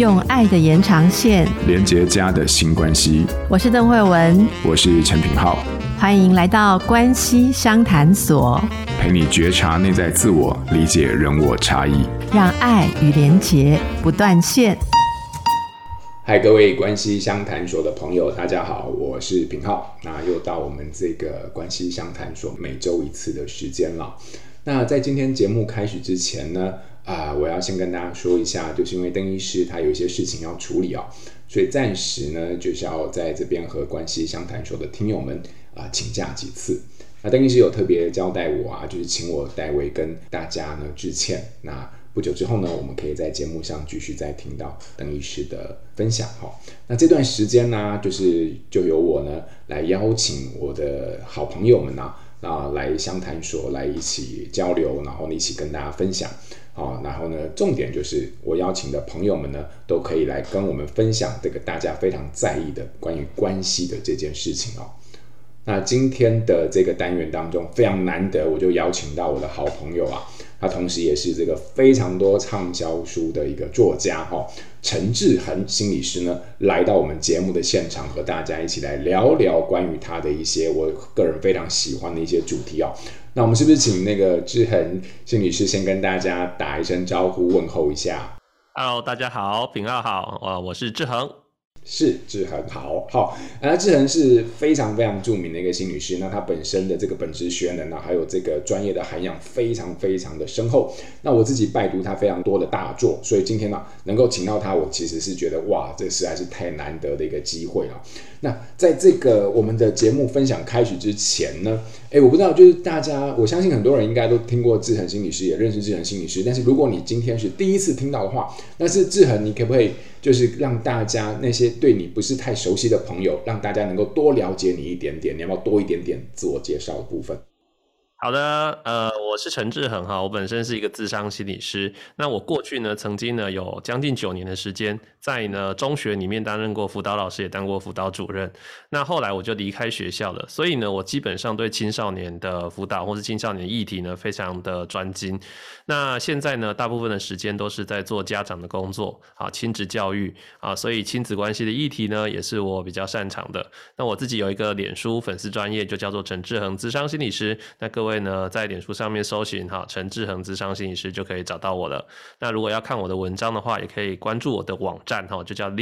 用爱的延长线连结家的新关系。 我是邓惠文， 我是陈品皓， 欢迎来到关系商谈所， 陪你觉察内在自我，理解人我差异， 让爱与连结不断线。 嗨，各位关系商谈所的朋友，大家好，我是品皓。那又到我们这个关系商谈所每周一次的时间了。那在今天节目开始之前呢，我要先跟大家说一下，就是因为邓医师他有一些事情要处理所以暂时呢就是要在这边和关系商谈所的听友们请假几次。那邓医师有特别交代我就是请我代为跟大家呢致歉。那不久之后呢，我们可以在节目上继续再听到邓医师的分享那这段时间呢，就由我呢来邀请我的好朋友们来商谈所来一起交流，然后一起跟大家分享然后呢，重点就是我邀请的朋友们呢，都可以来跟我们分享这个大家非常在意的关于关系的这件事情那今天的这个单元当中，非常难得，我就邀请到我的好朋友他同时也是这个非常多畅销书的一个作家陈志恒心理师呢，来到我们节目的现场，和大家一起来聊聊关于他的一些我个人非常喜欢的一些主题那我们是不是请那个志恒心理师先跟大家打一声招呼，问候一下？ Hello， 大家好，品皓好，我是志恒。 是志恒好，志恒是非常非常著名的一个心理师，那他本身的这个本质学能还有这个专业的涵养非常非常的深厚。那我自己拜读他非常多的大作，所以今天能够请到他，我其实是觉得哇，这实在是太难得的一个机会了。那在这个我们的节目分享开始之前呢，我不知道就是大家，我相信很多人应该都听过志恒心理师，也认识志恒心理师，但是如果你今天是第一次听到的话，那是志恒，你可不可以就是让大家那些对你不是太熟悉的朋友，让大家能够多了解你一点点，你要不要多一点点自我介绍的部分？ 好的，我是陈志恒我本身是一个諮商心理师。那我过去呢，曾经呢有将近9年的时间，在呢中学里面担任过辅导老师，也当过辅导主任。那后来我就离开学校了，所以呢，我基本上对青少年的辅导或是青少年议题呢，非常的专精。那现在呢，大部分的时间都是在做家长的工作亲子教育所以亲子关系的议题呢，也是我比较擅长的。那我自己有一个脸书粉丝专页，就叫做陈志恒諮商心理师。那各位呢，在脸书上面搜寻陈志恒諮商心理师就可以找到我了。那如果要看我的文章的话，也可以关注我的网站就叫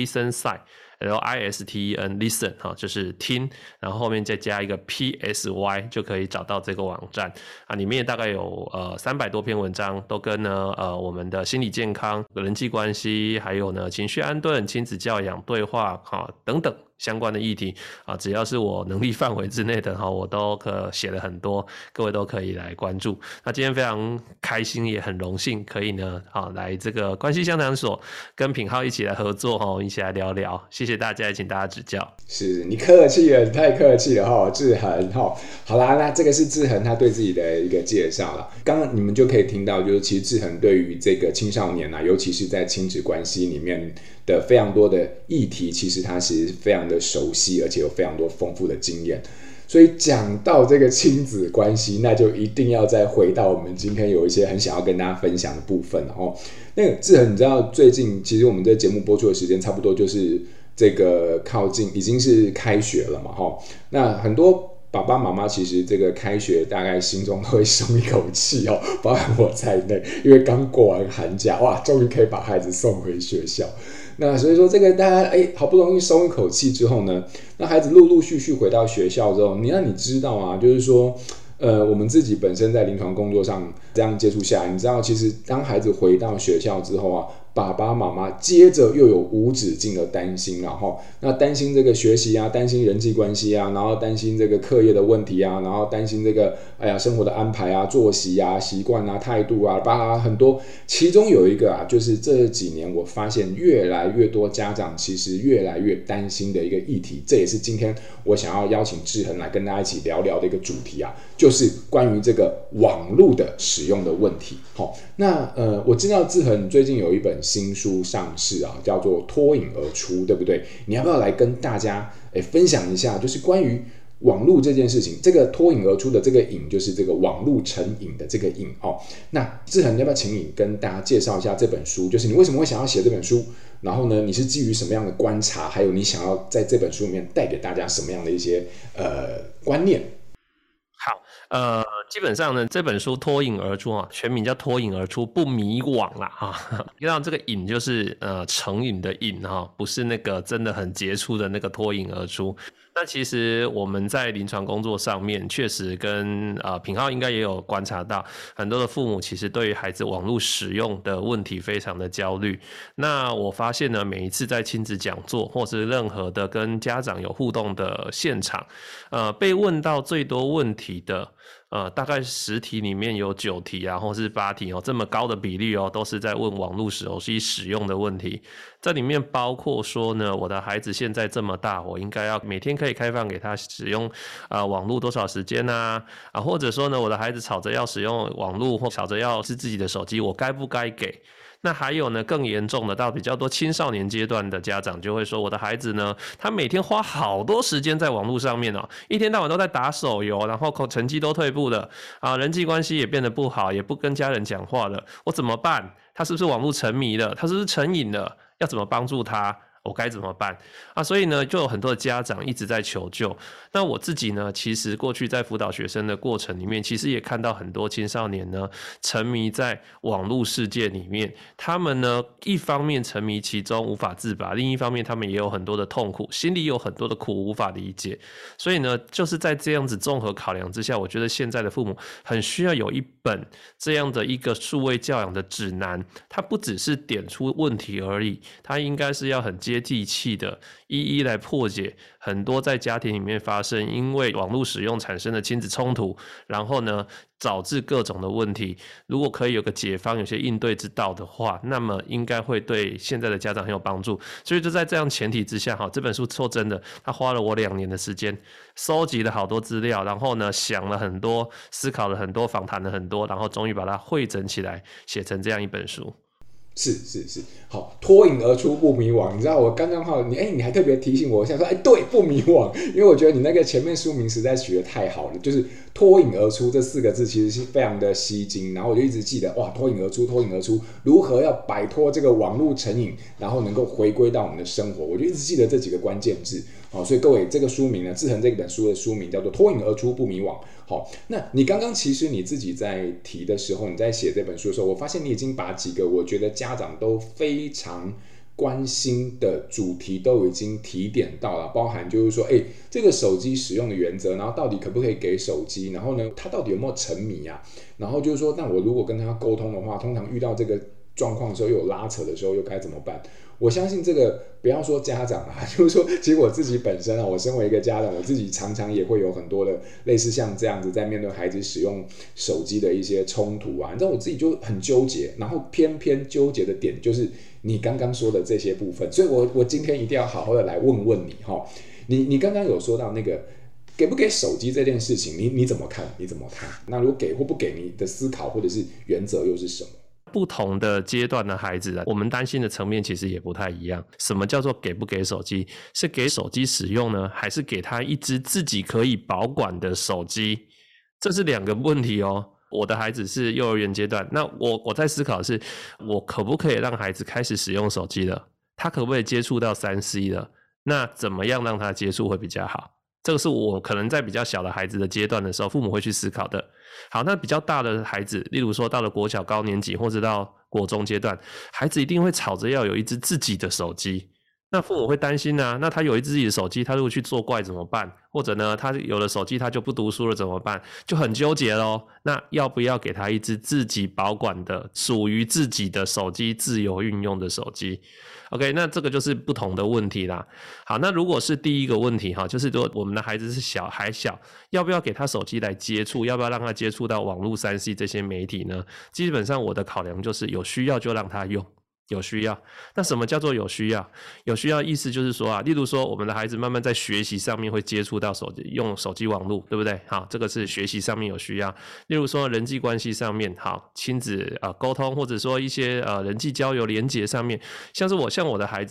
ListenSite，LISTEN Listen 就是听，然后后面再加一个 PSY 就可以找到这个网站里面大概有300多篇文章，都跟我们的心理健康、人际关系，还有呢情绪安顿、亲子教养、对话等等相关的议题只要是我能力范围之内的我都写了很多，各位都可以来关注。那今天非常开心，也很荣幸可以呢来这个关系商谈所跟品皓一起来合作一起来聊聊，谢谢大家，也请大家指教。 是你客气了，你太客气了志恒好啦，那这个是志恒他对自己的一个介绍了。刚刚你们就可以听到，就是其实志恒对于这个青少年尤其是在亲子关系里面的非常多的议题，其实他是非常的熟悉，而且有非常多丰富的经验。所以讲到这个亲子关系，那就一定要再回到我们今天有一些很想要跟大家分享的部分那个志恒，你知道最近其实我们这节目播出的时间差不多就是这个靠近已经是开学了嘛那很多爸爸妈妈其实这个开学大概心中都会松一口气包含我在内，因为刚过完寒假，哇，终于可以把孩子送回学校。那所以说这个大家好不容易松一口气之后呢，那孩子陆陆续续回到学校之后，你知道就是说我们自己本身在临床工作上这样接触下来，你知道其实当孩子回到学校之后爸爸妈妈接着又有无止境的担心，然后那担心这个学习担心人际关系然后担心这个课业的问题然后担心这个生活的安排作息习惯态度很多。其中有一个就是这几年我发现越来越多家长其实越来越担心的一个议题，这也是今天我想要邀请志恒来跟大家一起聊聊的一个主题就是关于这个网络的使用的问题。那我知道志恒最近有一本新书上市叫做脱颖而出，对不对？你要不要来跟大家分享一下，就是关于网络这件事情，这个脱颖而出的这个瘾就是这个网络成瘾的这个瘾哦。那志恒要不要请你跟大家介绍一下这本书？就是你为什么会想要写这本书？然后呢，你是基于什么样的观察？还有你想要在这本书里面带给大家什么样的一些观念？ 好，基本上呢，这本书脱颖而出啊，全名叫脱颖而出不迷惘啦哈。让这个瘾就是成瘾的瘾哈，不是那个真的很杰出的那个脱颖而出。那其实我们在临床工作上面，确实跟品皓应该也有观察到，很多的父母其实对于孩子网络使用的问题非常的焦虑。那我发现呢，每一次在亲子讲座或是任何的跟家长有互动的现场，被问到最多问题的。大概10题里面有9题啊，或是8题哦，这么高的比例哦，都是在问网络手机使用的问题。这里面包括说呢，我的孩子现在这么大，我应该要每天可以开放给他使用网络多少时间啊？或者说呢，我的孩子吵着要使用网络或吵着要是自己的手机，我该不该给？那还有呢，更严重的到比较多青少年阶段的家长就会说，我的孩子呢，他每天花好多时间在网络上面哦，一天到晚都在打手游，然后成绩都退步了啊，人际关系也变得不好，也不跟家人讲话了，我怎么办？他是不是网络沉迷了？他是不是成瘾了？要怎么帮助他？我该怎么办啊？所以呢，就有很多的家长一直在求救。那我自己呢，其实过去在辅导学生的过程里面，其实也看到很多青少年呢，沉迷在网络世界里面。他们呢，一方面沉迷其中无法自拔，另一方面他们也有很多的痛苦，心里有很多的苦无法理解。所以呢，就是在这样子综合考量之下，我觉得现在的父母很需要有一本这样的一个数位教养的指南。它不只是点出问题而已，它应该是要很接地气的一一来破解很多在家庭里面发生因为网络使用产生的亲子冲突，然后呢导致各种的问题。如果可以有个解方，有些应对之道的话，那么应该会对现在的家长很有帮助。所以就在这样前提之下，这本书说真的，它花了我2年的时间，收集了好多资料，然后呢想了很多，思考了很多，访谈了很多，然后终于把它汇整起来，写成这样一本书。 是，好，脱颖而出不迷惘。你知道我刚刚好，你还特别提醒我一下说，对，不迷惘，因为我觉得你那个前面书名实在取得太好了，就是脱颖而出这4个字其实是非常的吸睛，然后我就一直记得，哇，脱颖而出，如何要摆脱这个网络成瘾，然后能够回归到我们的生活，我就一直记得这几个关键字。好，所以各位，这个书名呢，志恒这本书的书名叫做《脱颖而出不迷惘》。好，那你刚刚其实你自己在提的时候，你在写这本书的时候，我发现你已经把几个我觉得家长都非常关心的主题都已经提点到了，包含就是说，这个手机使用的原则，然后到底可不可以给手机，然后呢，他到底有没有沉迷啊？然后就是说，那我如果跟他沟通的话，通常遇到这个状况的时候，又有拉扯的时候，又该怎么办？我相信这个不要说家长啊，就是说其实我自己本身啊，我身为一个家长，我自己常常也会有很多的类似像这样子在面对孩子使用手机的一些冲突啊，你知道我自己就很纠结，然后偏纠结的点就是你刚刚说的这些部分，所以我今天一定要好好的来问问你哈，你刚刚有说到那个给不给手机这件事情，你怎么看？那如果给或不给，你的思考或者是原则又是什么？ 不同的阶段的孩子我们担心的层面其实也不太一样。什么叫做给不给手机？是给手机使用呢，还是给他一支自己可以保管的手机？这是2个问题哦。我的孩子是幼儿园阶段，那我在思考的是，我可不可以让孩子开始使用手机了？他可不可以接触到3C 了？那怎么样让他接触会比较好？这个是我可能在比较小的孩子的阶段的时候，父母会去思考的。好，那比较大的孩子，例如说到了国小高年级或者到国中阶段，孩子一定会吵着要有一支自己的手机。那父母会担心啊，那他有一支自己的手机，他如果去作怪怎么办？或者呢，他有了手机他就不读书了怎么办？就很纠结咯。那要不要给他一支自己保管的属于自己的手机，自由运用的手机？ OK， 那这个就是不同的问题啦。好，那如果是第一个问题就是说我们的孩子是还小，要不要给他手机来接触？要不要让他接触到网络 3C 这些媒体呢？基本上我的考量就是有需要就让他用。有需要，那什么叫做有需要？有需要意思就是说例如说我们的孩子慢慢在学习上面会接触到用手机网络，对不对？好，这个是学习上面有需要。例如说人际关系上面，好，亲子沟通，或者说一些人际交流连结上面，像我的孩子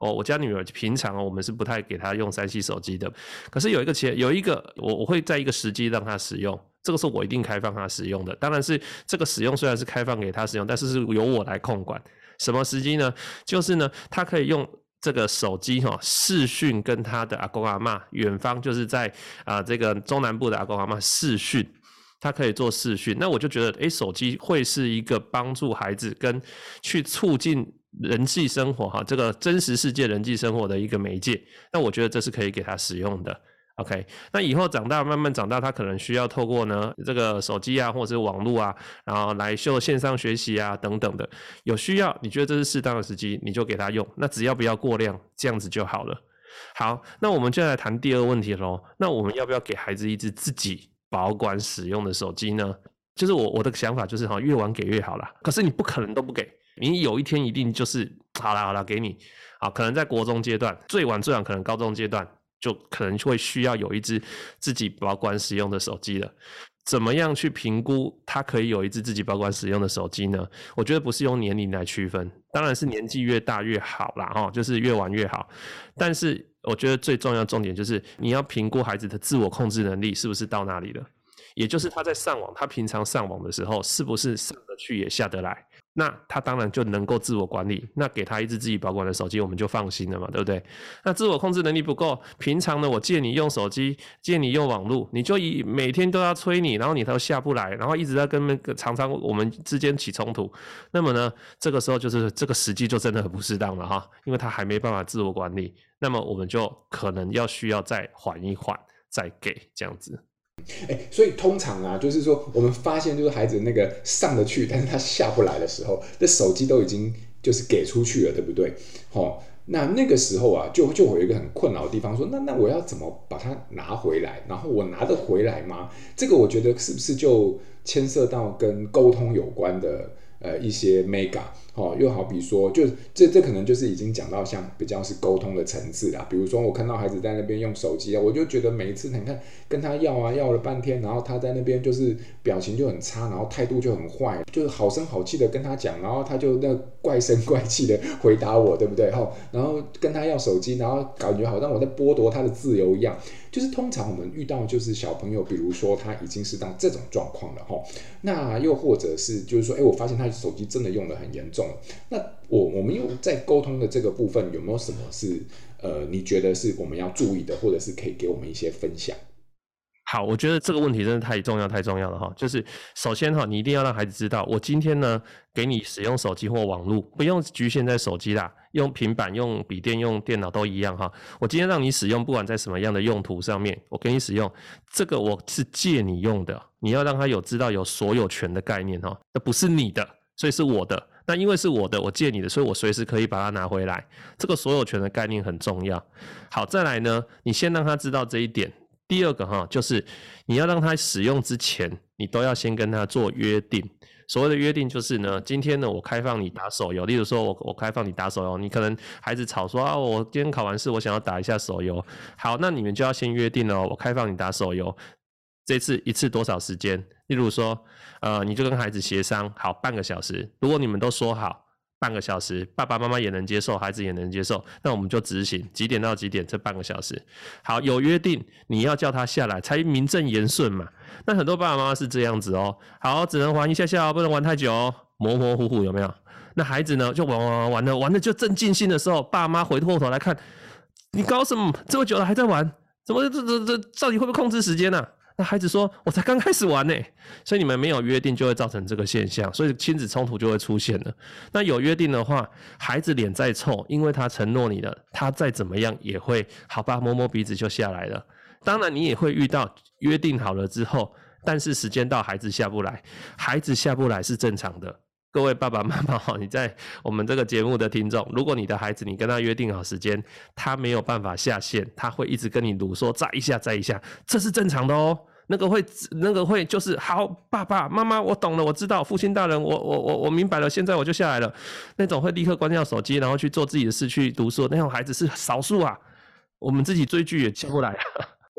我家女儿平常我们是不太给她用3C 手机的，可是有一个我会在一个时机让她使用，这个是我一定开放她使用的。当然是这个使用虽然是开放给她使用，但是是由我来控管。什么时机呢？就是呢，她可以用这个手机视讯跟她的阿公阿嬷，远方就是在这个中南部的阿公阿嬷视讯。他可以做视讯，那我就觉得，手机会是一个帮助孩子跟去促进人际生活这个真实世界人际生活的一个媒介。那我觉得这是可以给他使用的。OK， 那以后慢慢长大，他可能需要透过呢这个手机或者是网络然后来做线上学习等等的。有需要，你觉得这是适当的时机，你就给他用。那只要不要过量，这样子就好了。好，那我们就来谈第二个问题咯。那我们要不要给孩子一支自己保管使用的手机呢？就是我的想法就是越晚给越好啦。可是你不可能都不给，你有一天一定就是好啦给你可能在国中阶段，最晚可能高中阶段就可能会需要有一支自己保管使用的手机了。怎么样去评估他可以有一支自己保管使用的手机呢？我觉得不是用年龄来区分，当然是年纪越大越好啦就是越晚越好。但是我觉得最重要的重点就是你要评估孩子的自我控制能力是不是到那里了，也就是他在上网，他平常上网的时候是不是上得去也下得来，那他当然就能够自我管理，那给他一支自己保管的手机我们就放心了嘛，对不对？那自我控制能力不够，平常呢我借你用手机，借你用网络，你就每天都要催你，然后你都下不来，然后一直在常常我们之间起冲突，那么呢这个时候就是这个时机就真的很不适当了因为他还没办法自我管理，那么我们就可能需要再缓一缓再给这样子。 所以通常就是说我们发现就是孩子那个上得去但是他下不来的时候，这手机都已经就是给出去了，对不对？那个时候就会有一个很困扰的地方，说那我要怎么把它拿回来？然后我拿得回来吗？这个我觉得是不是就牵涉到跟沟通有关的一些 mega 又好比说就这可能就是已经讲到像比较是沟通的层次啦。比如说我看到孩子在那边用手机我就觉得每一次你看跟他要了半天，然后他在那边就是表情就很差，然后态度就很坏，就是好声好气的跟他讲，然后他就那怪声怪气的回答我，对不对？然后跟他要手机，然后感觉好像我在剥夺他的自由一样。就是通常我们遇到就是小朋友，比如说他已经是到这种状况了那又或者是就是说我发现他手机真的用得很严重了，那我们又在沟通的这个部分有没有什么是你觉得是我们要注意的，或者是可以给我们一些分享？ 好，我觉得这个问题真的太重要了就是首先你一定要让孩子知道，我今天呢给你使用手机或网络，不用局限在手机啦，用平板用笔电用电脑都一样我今天让你使用，不管在什么样的用途上面，我给你使用，这个我是借你用的，你要让他知道有所有权的概念这不是你的，所以是我的，那因为是我的，我借你的，所以我随时可以把它拿回来，这个所有权的概念很重要。好，再来呢，你先让他知道这一点。第二个就是你要让他使用之前，你都要先跟他做约定。所谓的约定就是呢，今天呢我开放你打手游，例如说我开放你打手游，你可能孩子吵说我今天考完试我想要打一下手游，好，那你们就要先约定了我开放你打手游，这次一次多少时间？例如说你就跟孩子协商好半个小时，如果你们都说好半个小时，爸爸妈妈也能接受，孩子也能接受，那我们就执行几点到几点这半个小时。好，有约定，你要叫他下来才名正言顺嘛。那很多爸爸妈妈是这样子好，只能玩一下下不能玩太久模模糊糊，有没有？那孩子呢就玩了就正尽兴的时候，爸妈回过头来看，你搞什么？这么久了还在玩，怎么这到底会不会控制时间啊？那孩子说我才刚开始玩所以你们没有约定就会造成这个现象，所以亲子冲突就会出现了。那有约定的话，孩子脸再臭，因为他承诺你了，他再怎么样也会好吧摸摸鼻子就下来了。当然你也会遇到约定好了之后，但是时间到孩子下不来，孩子下不来是正常的。各位爸爸妈妈你在我们这个节目的听众，如果你的孩子你跟他约定好时间，他没有办法下线，他会一直跟你鲁说再一下，这是正常的那个会就是好，爸爸妈妈我懂了，我知道，父亲大人我明白了，现在我就下来了。那种会立刻关掉手机然后去做自己的事去读书，那种孩子是少数啊。我们自己追剧也下不来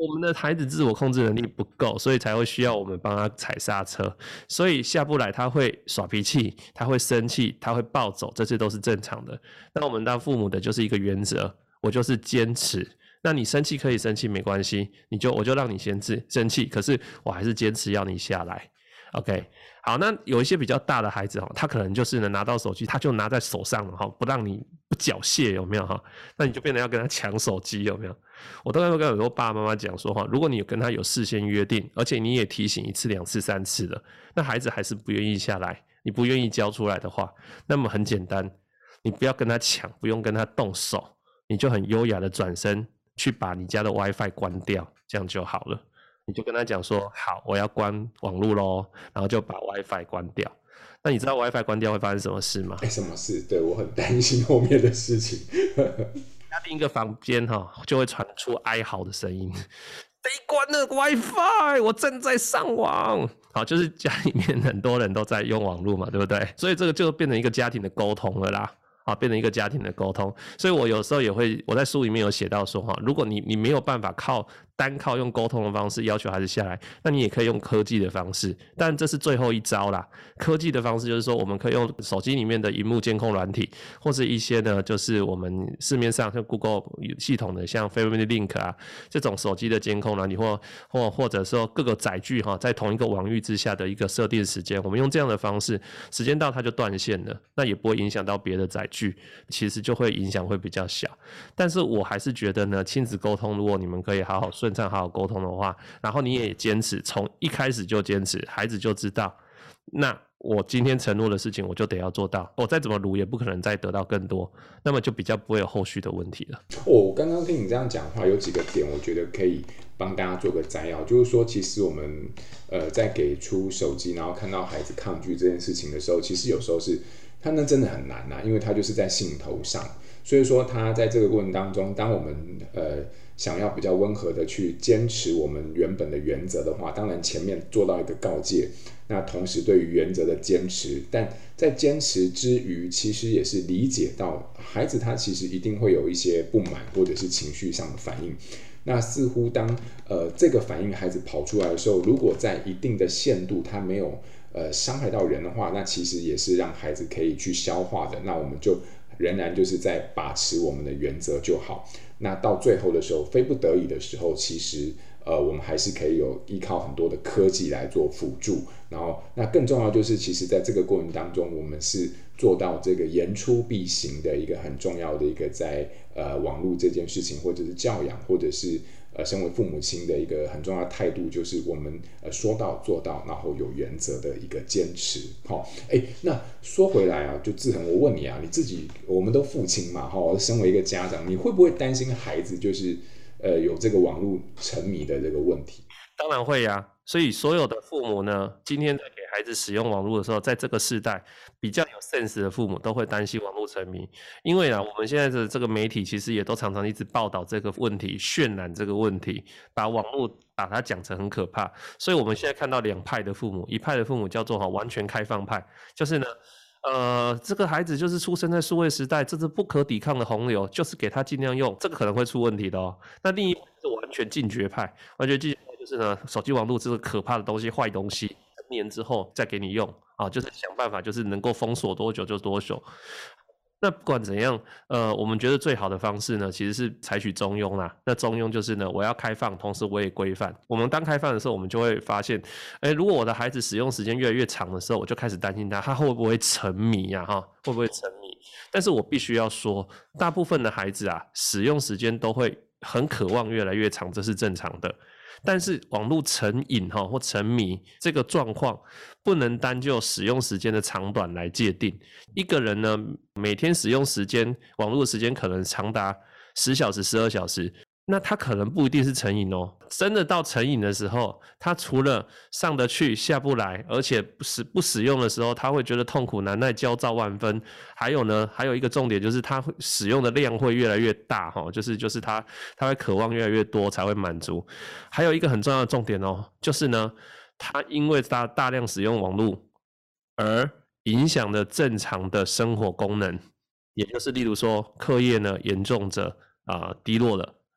我们的孩子自我控制能力不够，所以才会需要我们帮他踩刹车，所以下不来他会耍脾气，他会生气，他会暴走，这些都是正常的。那我们当父母的就是一个原则，我就是坚持。那你生气可以生气没关系，我就让你先生气，可是我还是坚持要你下来。OK， 好，那有一些比较大的孩子他可能就是呢拿到手机他就拿在手上了不让你不缴械，有没有那你就变得要跟他抢手机，有没有？我都会跟很多爸爸妈妈讲说如果你跟他有事先约定，而且你也提醒1次2次3次了，那孩子还是不愿意下来，你不愿意交出来的话，那么很简单，你不要跟他抢，不用跟他动手，你就很优雅的转身去把你家的 WiFi 关掉，这样就好了。你就跟他讲说好，我要关网络咯，然后就把 WiFi 关掉。那你知道 WiFi 关掉会发生什么事吗？ 什么事？对，我很担心后面的事情。 他另一个房间就会传出哀嚎的声音，得关了 WiFi， 我正在上网。好，就是家里面很多人都在用网络嘛，对不对？所以这个就变成一个家庭的沟通了啦。变成一个家庭的沟通。所以我有时候也会，我在书里面有写到说如果你没有办法单靠用沟通的方式要求孩子下来，那你也可以用科技的方式，但这是最后一招啦。科技的方式就是说，我们可以用手机里面的萤幕监控软体，或是一些呢，就是我们市面上像 Google 系统的像 Family Link 啊这种手机的监控软体，或者说各个载具在同一个网域之下的一个设定时间，我们用这样的方式，时间到它就断线了，那也不会影响到别的载具，其实就会影响会比较小。但是我还是觉得呢，亲子沟通如果你们可以好好顺畅好好沟通的话，然后你也坚持，从一开始就坚持，孩子就知道，那我今天承诺的事情我就得要做到，我再怎么努也不可能再得到更多，那么就比较不会有后续的问题了。 我刚刚听你这样讲话，有几个点我觉得可以帮大家做个摘要，就是说其实我们在给出手机然后看到孩子抗拒这件事情的时候，其实有时候是他那真的很难因为他就是在兴头上，所以说他在这个过程当中，当我们想要比较温和的去坚持我们原本的原则的话，当然前面做到一个告诫，那同时对于原则的坚持，但在坚持之余，其实也是理解到孩子他其实一定会有一些不满或者是情绪上的反应。那似乎当这个反应孩子跑出来的时候，如果在一定的限度他没有伤害到人的话，那其实也是让孩子可以去消化的，那我们就仍然就是在把持我们的原则就好。那到最后的时候，非不得已的时候，其实我们还是可以有依靠很多的科技来做辅助。然后那更重要就是其实在这个过程当中，我们是做到这个言出必行的一个很重要的一个在网络这件事情，或者是教养，或者是身为父母亲的一个很重要的态度，就是我们说到做到，然后有原则的一个坚持。那说回来就志恒，我问你你自己，我们都父亲嘛身为一个家长，你会不会担心孩子就是有这个网络沉迷的这个问题？ 当然会呀，所以所有的父母呢，今天在给孩子使用网络的时候，在这个世代比较有 sense 的父母都会担心网络沉迷，因为我们现在的这个媒体其实也都常常一直报道这个问题，渲染这个问题，把网络把它讲成很可怕。所以我们现在看到两派的父母，一派的父母叫做完全开放派，就是呢这个孩子就是出生在数位时代，这是不可抵抗的洪流，就是给他尽量用，这个可能会出问题的那另一派是完全禁绝派，完全禁绝派就是呢，手机网络这个可怕的东西、坏东西，成年之后再给你用就是想办法，就是能够封锁多久就多久。那不管怎样，我们觉得最好的方式呢，其实是采取中庸啦。那中庸就是呢，我要开放，同时我也规范。我们当开放的时候，我们就会发现，如果我的孩子使用时间越来越长的时候，我就开始担心他会不会沉迷会不会沉迷？但是我必须要说，大部分的孩子使用时间都会很渴望越来越长，这是正常的。但是网络成瘾或沉迷这个状况，不能单就使用时间的长短来界定。一个人呢，每天使用时间，网络时间可能长达10小时、12小时，那他可能不一定是成瘾真的到成瘾的时候，他除了上得去下不来，而且不使用的时候他会觉得痛苦难耐、焦躁万分。还有一个重点就是他使用的量会越来越大就是他会渴望越来越多才会满足。还有一个很重要的重点就是呢，他因为大量使用网络而影响了正常的生活功能，也就是例如说课业呢严重着低落了，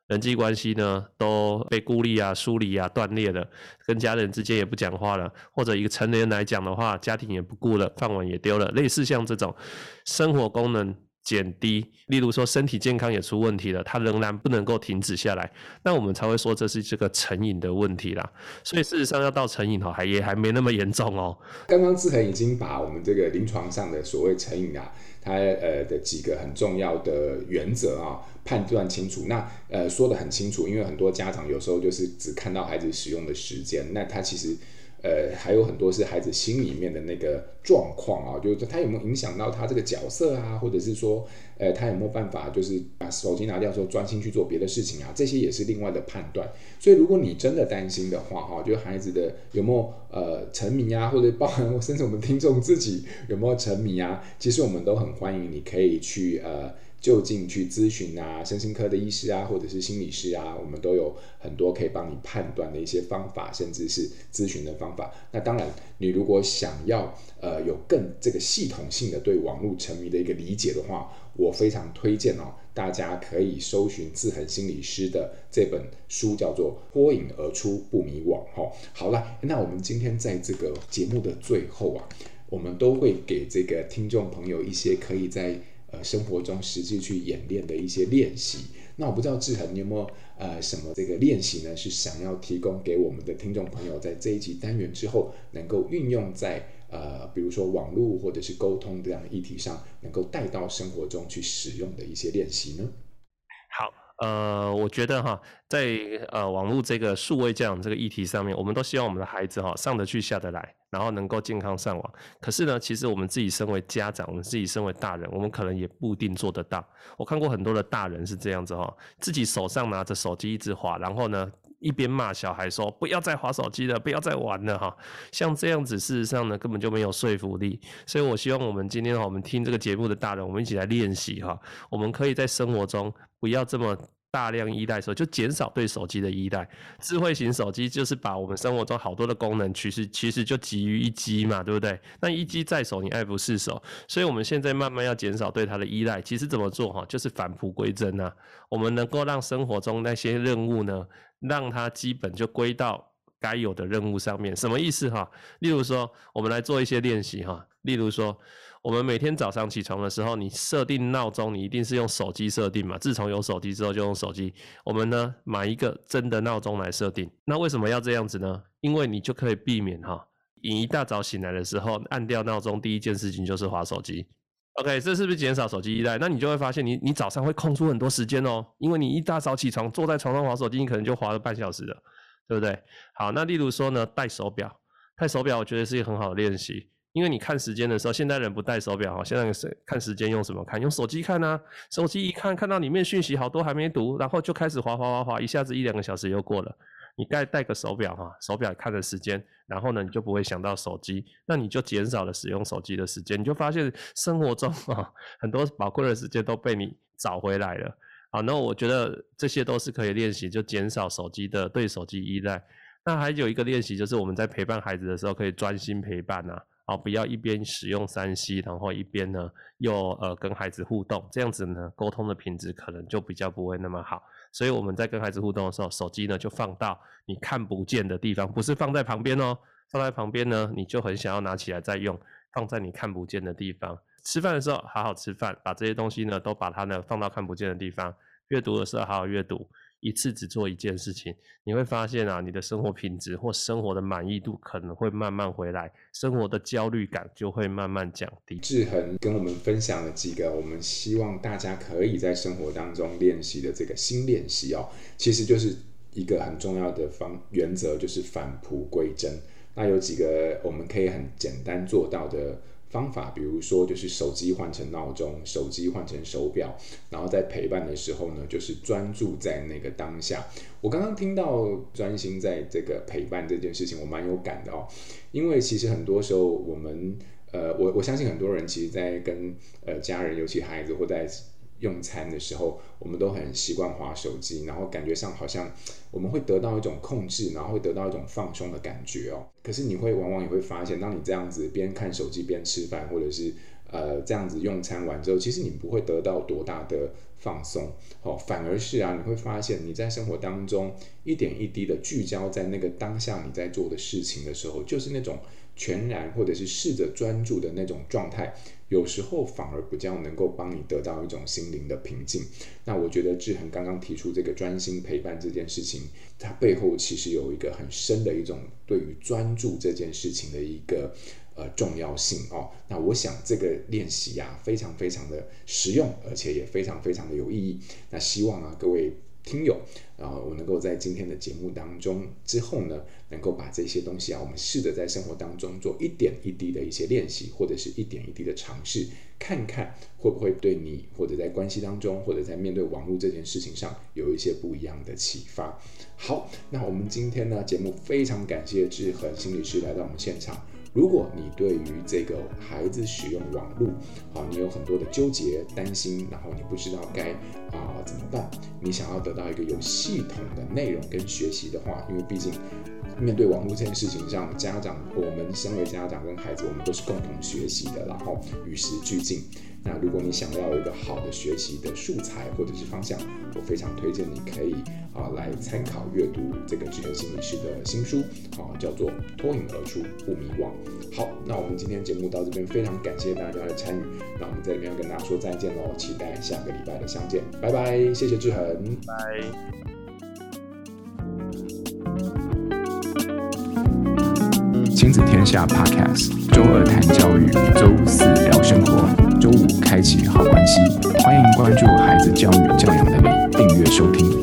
人际关系呢都被孤立啊、疏离啊、断裂了，跟家人之间也不讲话了，或者一个成年人来讲的话，家庭也不顾了，饭碗也丢了，类似像这种生活功能减低，例如说身体健康也出问题了，它仍然不能够停止下来，那我们才会说这是这个成瘾的问题啦。所以事实上要到成瘾也还没那么严重哦。 刚刚志恒已经把我们这个临床上的所谓成瘾啊，它的几个很重要的原则啊，判断清楚。那说得很清楚，因为很多家长有时候就是只看到孩子使用的时间，那他其实还有很多是孩子心里面的那个状况啊，就是他有没有影响到他这个角色啊，或者是说他有没有办法就是把手机拿掉之后专心去做别的事情啊，这些也是另外的判断。所以如果你真的担心的话哈，就是孩子的有没有沉迷啊，或者包含甚至我们听众自己有没有沉迷啊，其实我们都很欢迎你可以去就近去咨询啊，身心科的医师啊，或者是心理师啊，我们都有很多可以帮你判断的一些方法，甚至是咨询的方法。那当然，你如果想要有更这个系统性的对网络沉迷的一个理解的话，我非常推荐大家可以搜寻志恒心理师的这本书，叫做《脱颖而出不迷惘》。好了，那我们今天在这个节目的最后啊，我们都会给这个听众朋友一些可以在生活中实际去演练的一些练习。那我不知道志恒你有没有什么这个练习呢，是想要提供给我们的听众朋友，在这一集单元之后能够运用在比如说网络或者是沟通这样的议题上，能够带到生活中去使用的一些练习呢？ 好。我觉得在网络这个数位教养这个议题上面，我们都希望我们的孩子上得去下得来，然后能够健康上网。可是呢，其实我们自己身为家长，我们自己身为大人，我们可能也不一定做得到。我看过很多的大人是这样子自己手上拿着手机一直滑，然后呢一边骂小孩说不要再滑手机了，不要再玩了像这样子事实上呢根本就没有说服力。所以我希望我们今天我们听这个节目的大人，我们一起来练习我们可以在生活中不要这么大量依赖的时候，就减少对手机的依赖。智慧型手机就是把我们生活中好多的功能其实就集于一机嘛，对不对？那一机在手，你爱不释手。所以我们现在慢慢要减少对它的依赖。其实怎么做就是返璞归真啊。我们能够让生活中那些任务呢，让它基本就归到该有的任务上面。什么意思例如说我们来做一些练习例如说我们每天早上起床的时候，你设定闹钟，你一定是用手机设定嘛？自从有手机之后就用手机。我们呢买一个真的闹钟来设定。那为什么要这样子呢？因为你就可以避免你一大早醒来的时候按掉闹钟，第一件事情就是滑手机。OK， 这是不是减少手机依赖？那你就会发现你早上会空出很多时间因为你一大早起床坐在床上滑手机，你可能就滑了半小时了，对不对？好，那例如说呢，戴手表我觉得是一个很好的练习。因为你看时间的时候，现代人不戴手表现在看时间用什么看？用手机看啊。手机一看到里面讯息好多还没读，然后就开始滑，一下子1-2个小时又过了。你戴个手表手表看的时间，然后呢你就不会想到手机，那你就减少了使用手机的时间，你就发现生活中很多宝贵的时间都被你找回来了。好，那我觉得这些都是可以练习，就减少对手机依赖。那还有一个练习就是我们在陪伴孩子的时候可以专心陪伴不要一边使用3C， 然后一边呢又跟孩子互动，这样子呢沟通的品质可能就比较不会那么好。所以我们在跟孩子互动的时候，手机呢就放到你看不见的地方，不是放在旁边放在旁边呢你就很想要拿起来再用，放在你看不见的地方。吃饭的时候好好吃饭，把这些东西呢都把它呢放到看不见的地方。阅读的时候好好阅读，一次只做一件事情，你会发现你的生活品质或生活的满意度可能会慢慢回来，生活的焦虑感就会慢慢降低。 志恒跟我们分享了几个我们希望大家可以在生活当中练习的这个新练习其实就是一个很重要的原则，就是返璞归真。那有几个我们可以很简单做到的方法，比如说就是手机换成闹钟，手机换成手表，然后在陪伴的时候呢，就是专注在那个当下。我刚刚听到专心在这个陪伴这件事情，我蛮有感的因为其实很多时候我们我相信很多人其实在跟家人，尤其孩子或在用餐的时候，我们都很习惯滑手机，然后感觉上好像我们会得到一种控制，然后会得到一种放松的感觉可是你往往也会发现，当你这样子边看手机边吃饭，或者是这样子用餐完之后，其实你不会得到多大的放松，反而是你会发现你在生活当中一点一滴的聚焦在那个当下你在做的事情的时候，就是那种全然或者是试着专注的那种状态，有时候反而比较能够帮你得到一种心灵的平静。那我觉得志恒刚刚提出这个专心陪伴这件事情，它背后其实有一个很深的一种对于专注这件事情的一个重要性那我想这个练习非常非常的实用，而且也非常非常的有意义。那希望各位听友，我能够在今天的节目当中之后呢，能够把这些东西我们试着在生活当中做一点一滴的一些练习，或者是一点一滴的尝试，看看会不会对你或者在关系当中，或者在面对网络这件事情上有一些不一样的启发。好，那我们今天呢节目非常感谢志恒心理师来到我们现场。如果你对于这个孩子使用网络你有很多的纠结担心，然后你不知道该怎么办，你想要得到一个有系统的内容跟学习的话，因为毕竟面对网络这件事情上，家长我们身为家长跟孩子，我们都是共同学习的，然后与时俱进。那如果你想要有一个好的学习的素材或者是方向，我非常推荐你可以来参考阅读这个志恒心理师的新书叫做《脱颖而出不迷惘》。好，那我们今天节目到这边，非常感谢大家的参与，那我们在这边要跟大家说再见喽，期待下个礼拜的相见，拜拜，谢谢志恒， 拜。 亲子天下 Podcast， 周二谈教育，周四聊生活，周五开启好关系。欢迎关注孩子教育教养的你，订阅收听。